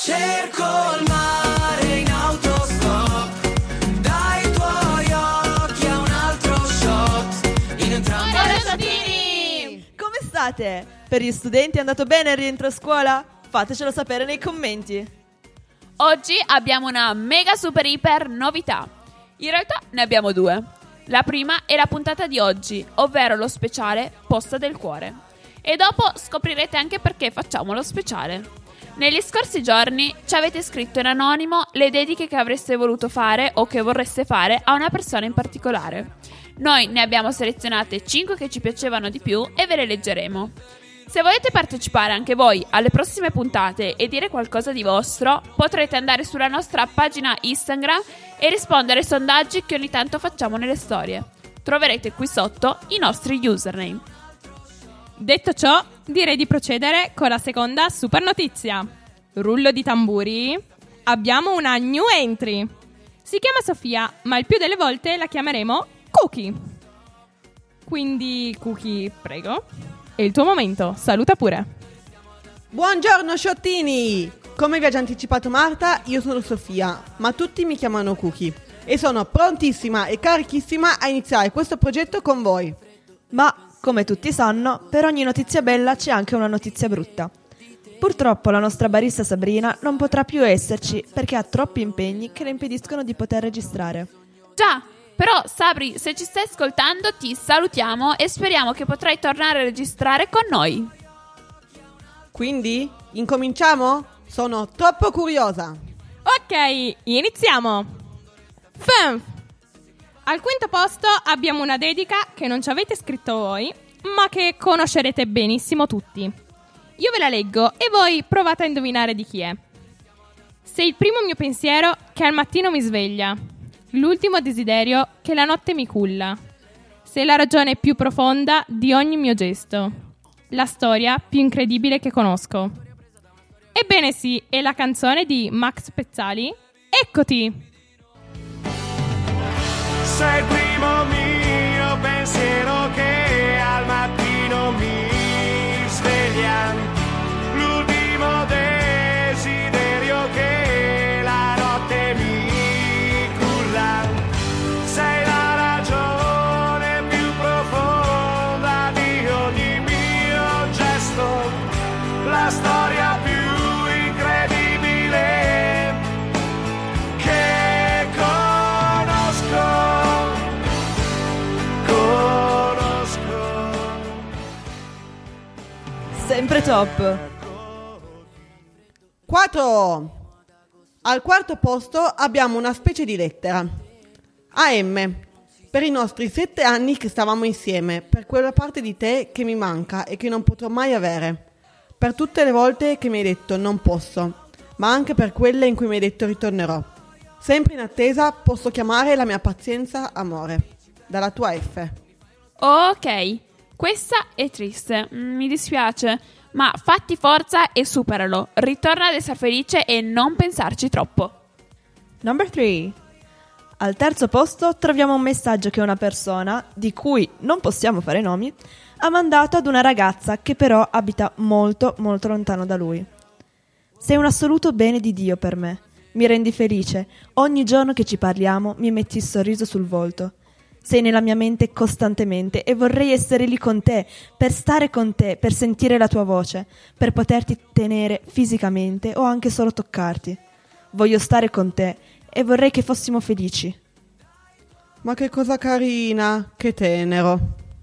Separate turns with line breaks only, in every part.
Cerco il mare in autostop, dai tuoi occhi a un altro shot, in entrambi.
Come state? Per gli studenti è andato bene il rientro a scuola? Fatecelo sapere nei commenti.
Oggi abbiamo una mega super iper novità. In realtà ne abbiamo due. La prima è la puntata di oggi, ovvero lo speciale Posta del Cuore. E dopo scoprirete anche perché facciamo lo speciale. Negli scorsi giorni ci avete scritto in anonimo le dediche che avreste voluto fare o che vorreste fare a una persona in particolare. Noi ne abbiamo selezionate 5 che ci piacevano di più e ve le leggeremo. Se volete partecipare anche voi alle prossime puntate e dire qualcosa di vostro, potrete andare sulla nostra pagina Instagram e rispondere ai sondaggi che ogni tanto facciamo nelle storie. Troverete qui sotto i nostri username.
Detto ciò, direi di procedere con la seconda super notizia. Rullo di tamburi. Abbiamo una new entry. Si chiama Sofia, ma il più delle volte la chiameremo Cookie. Quindi, Cookie, prego. È il tuo momento, saluta pure.
Buongiorno sciottini! Come vi ha già anticipato Marta, io sono Sofia, ma tutti mi chiamano Cookie. E sono prontissima e carichissima a iniziare questo progetto con voi.
Ma, come tutti sanno, per ogni notizia bella c'è anche una notizia brutta. Purtroppo la nostra barista Sabrina non potrà più esserci perché ha troppi impegni che le impediscono di poter registrare.
Già, però Sabri, se ci stai ascoltando ti salutiamo e speriamo che potrai tornare a registrare con noi.
Quindi, incominciamo? Sono troppo curiosa.
Ok, iniziamo. Fum. Al quinto posto abbiamo una dedica che non ci avete scritto voi, ma che conoscerete benissimo tutti. Io ve la leggo e voi provate a indovinare di chi è. Sei il primo mio pensiero che al mattino mi sveglia, l'ultimo desiderio che la notte mi culla. Sei la ragione più profonda di ogni mio gesto, la storia più incredibile che conosco. Ebbene sì, è la canzone di Max Pezzali, Eccoti!
Sei il primo mio pensiero che al mattino mi sveglia, l'ultimo desiderio che la notte mi culla. Sei la ragione più profonda di ogni mio gesto, la storia più incredibile che conosco.
Sempre top!
4. Al quarto posto abbiamo una specie di lettera. A M. Per i nostri 7 anni che stavamo insieme, per quella parte di te che mi manca e che non potrò mai avere. Per tutte le volte che mi hai detto non posso, ma anche per quelle in cui mi hai detto ritornerò. Sempre in attesa posso chiamare la mia pazienza amore. Dalla tua F.
Ok, questa è triste, mi dispiace, ma fatti forza e superalo. Ritorna ad essere felice e non pensarci troppo.
Number 3. Al terzo posto troviamo un messaggio che una persona, di cui non possiamo fare nomi, ha mandato ad una ragazza che però abita molto molto lontano da lui. Sei un assoluto bene di Dio per me. Mi rendi felice. Ogni giorno che ci parliamo mi metti il sorriso sul volto. Sei nella mia mente costantemente e vorrei essere lì con te, per stare con te, per sentire la tua voce, per poterti tenere fisicamente o anche solo toccarti. Voglio stare con te e vorrei che fossimo felici.
Ma che cosa carina, che tenero.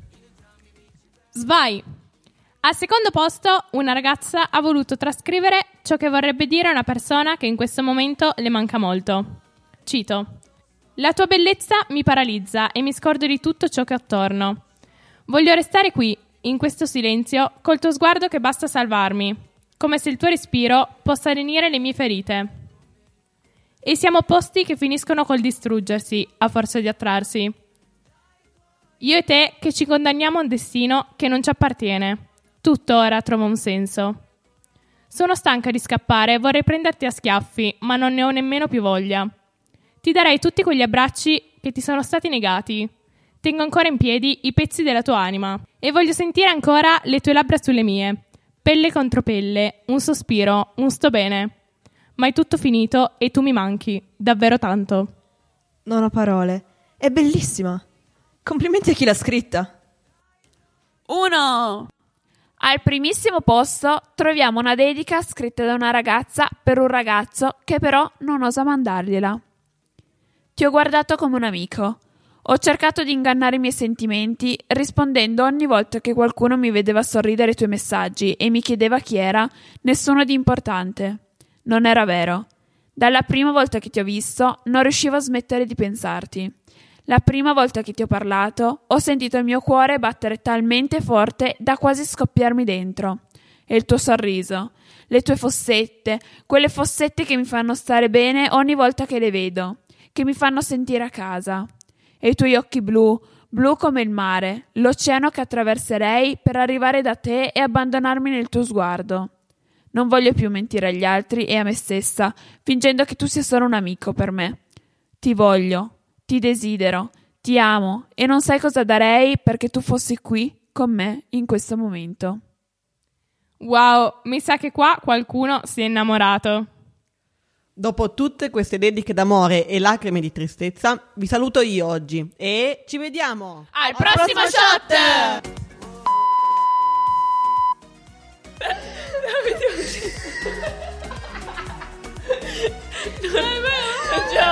Svai. Al secondo posto una ragazza ha voluto trascrivere ciò che vorrebbe dire a una persona che in questo momento le manca molto. Cito: la tua bellezza mi paralizza e mi scordo di tutto ciò che ho attorno. Voglio restare qui, in questo silenzio, col tuo sguardo che basta salvarmi, come se il tuo respiro possa lenire le mie ferite. E siamo opposti che finiscono col distruggersi, a forza di attrarsi. Io e te che ci condanniamo a un destino che non ci appartiene. Tutto ora trova un senso. Sono stanca di scappare e vorrei prenderti a schiaffi, ma non ne ho nemmeno più voglia. Ti darei tutti quegli abbracci che ti sono stati negati. Tengo ancora in piedi i pezzi della tua anima e voglio sentire ancora le tue labbra sulle mie. Pelle contro pelle, un sospiro, un sto bene. ma è tutto finito e tu mi manchi, davvero tanto.
Non ho parole. È bellissima. Complimenti a chi l'ha scritta.
1. Al primissimo posto troviamo una dedica scritta da una ragazza per un ragazzo che però non osa mandargliela. Ti ho guardato come un amico. Ho cercato di ingannare i miei sentimenti rispondendo ogni volta che qualcuno mi vedeva sorridere ai tuoi messaggi e mi chiedeva chi era, nessuno di importante. Non era vero. Dalla prima volta che ti ho visto non riuscivo a smettere di pensarti. La prima volta che ti ho parlato ho sentito il mio cuore battere talmente forte da quasi scoppiarmi dentro. E il tuo sorriso, le tue fossette, quelle fossette che mi fanno stare bene ogni volta che le vedo, che mi fanno sentire a casa. E i tuoi occhi blu, blu come il mare, l'oceano che attraverserei per arrivare da te e abbandonarmi nel tuo sguardo. Non voglio più mentire agli altri e a me stessa, fingendo che tu sia solo un amico per me. Ti voglio. Ti desidero, ti amo e non sai cosa darei perché tu fossi qui con me in questo momento.
Wow, mi sa che qua qualcuno si è innamorato.
Dopo tutte queste dediche d'amore e lacrime di tristezza, vi saluto io oggi e ci vediamo
Al prossimo shot!
Non